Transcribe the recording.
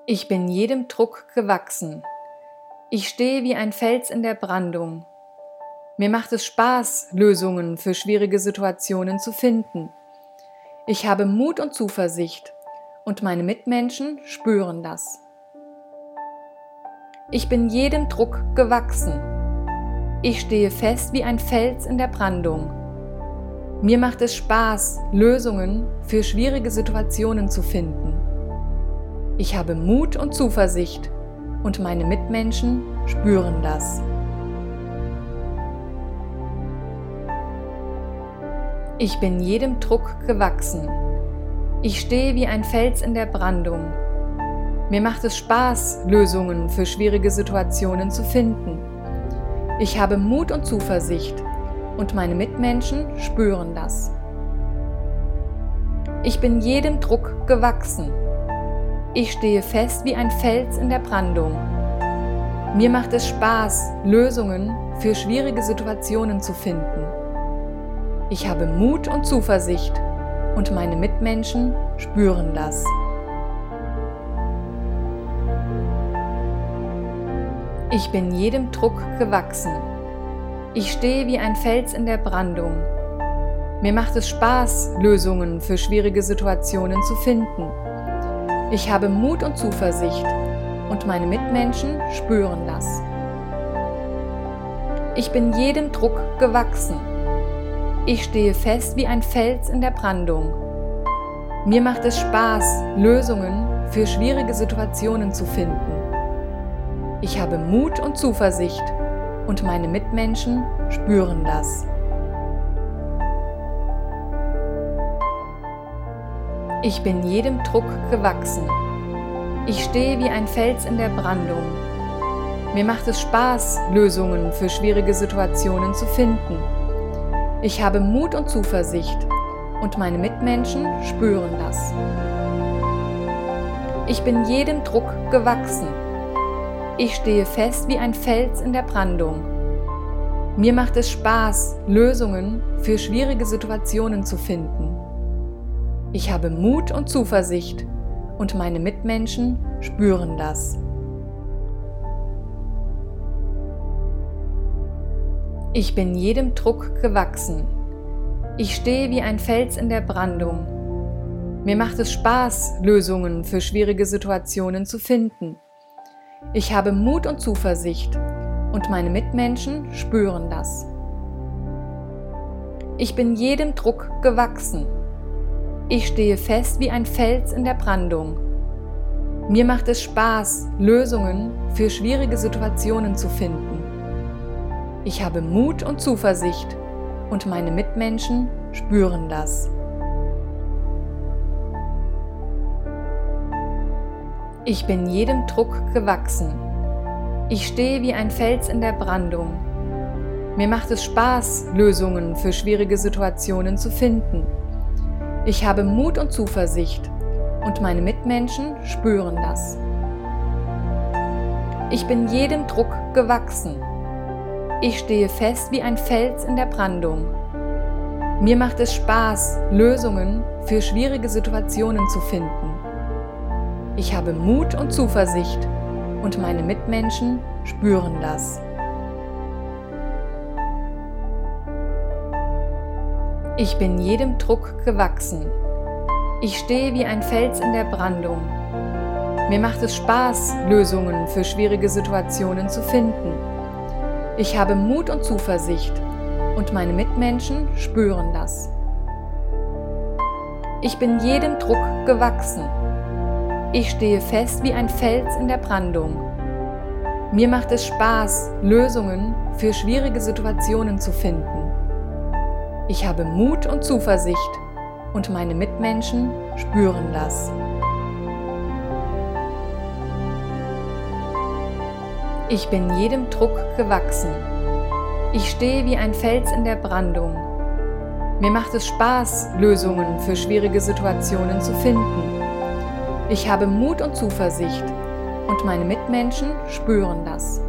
Ich bin jedem Druck gewachsen. Ich stehe wie ein Fels in der Brandung. Mir macht es Spaß, Lösungen für schwierige Situationen zu finden. Ich habe Mut und Zuversicht und meine Mitmenschen spüren das. Ich bin jedem Druck gewachsen. Ich stehe fest wie ein Fels in der Brandung. Mir macht es Spaß, Lösungen für schwierige Situationen zu finden. Ich habe Mut und Zuversicht und meine Mitmenschen spüren das. Ich bin jedem Druck gewachsen. Ich stehe wie ein Fels in der Brandung. Mir macht es Spaß, Lösungen für schwierige Situationen zu finden. Ich habe Mut und Zuversicht und meine Mitmenschen spüren das. Ich bin jedem Druck gewachsen. Ich stehe fest wie ein Fels in der Brandung. Mir macht es Spaß, Lösungen für schwierige Situationen zu finden. Ich habe Mut und Zuversicht und meine Mitmenschen spüren das. Ich bin jedem Druck gewachsen. Ich stehe wie ein Fels in der Brandung. Mir macht es Spaß, Lösungen für schwierige Situationen zu finden. Ich habe Mut und Zuversicht und meine Mitmenschen spüren das. Ich bin jedem Druck gewachsen. Ich stehe fest wie ein Fels in der Brandung. Mir macht es Spaß, Lösungen für schwierige Situationen zu finden. Ich habe Mut und Zuversicht und meine Mitmenschen spüren das. Ich bin jedem Druck gewachsen. Ich stehe wie ein Fels in der Brandung. Mir macht es Spaß, Lösungen für schwierige Situationen zu finden. Ich habe Mut und Zuversicht und meine Mitmenschen spüren das. Ich bin jedem Druck gewachsen. Ich stehe fest wie ein Fels in der Brandung. Mir macht es Spaß, Lösungen für schwierige Situationen zu finden. Ich habe Mut und Zuversicht und meine Mitmenschen spüren das. Ich bin jedem Druck gewachsen. Ich stehe wie ein Fels in der Brandung. Mir macht es Spaß, Lösungen für schwierige Situationen zu finden. Ich habe Mut und Zuversicht und meine Mitmenschen spüren das. Ich bin jedem Druck gewachsen. Ich stehe fest wie ein Fels in der Brandung. Mir macht es Spaß, Lösungen für schwierige Situationen zu finden. Ich habe Mut und Zuversicht und meine Mitmenschen spüren das. Ich bin jedem Druck gewachsen. Ich stehe wie ein Fels in der Brandung. Mir macht es Spaß, Lösungen für schwierige Situationen zu finden. Ich habe Mut und Zuversicht und meine Mitmenschen spüren das. Ich bin jedem Druck gewachsen. Ich stehe fest wie ein Fels in der Brandung. Mir macht es Spaß, Lösungen für schwierige Situationen zu finden. Ich habe Mut und Zuversicht und meine Mitmenschen spüren das. Ich bin jedem Druck gewachsen. Ich stehe wie ein Fels in der Brandung. Mir macht es Spaß, Lösungen für schwierige Situationen zu finden. Ich habe Mut und Zuversicht und meine Mitmenschen spüren das. Ich bin jedem Druck gewachsen. Ich stehe fest wie ein Fels in der Brandung. Mir macht es Spaß, Lösungen für schwierige Situationen zu finden. Ich habe Mut und Zuversicht und meine Mitmenschen spüren das. Ich bin jedem Druck gewachsen. Ich stehe wie ein Fels in der Brandung. Mir macht es Spaß, Lösungen für schwierige Situationen zu finden. Ich habe Mut und Zuversicht und meine Mitmenschen spüren das.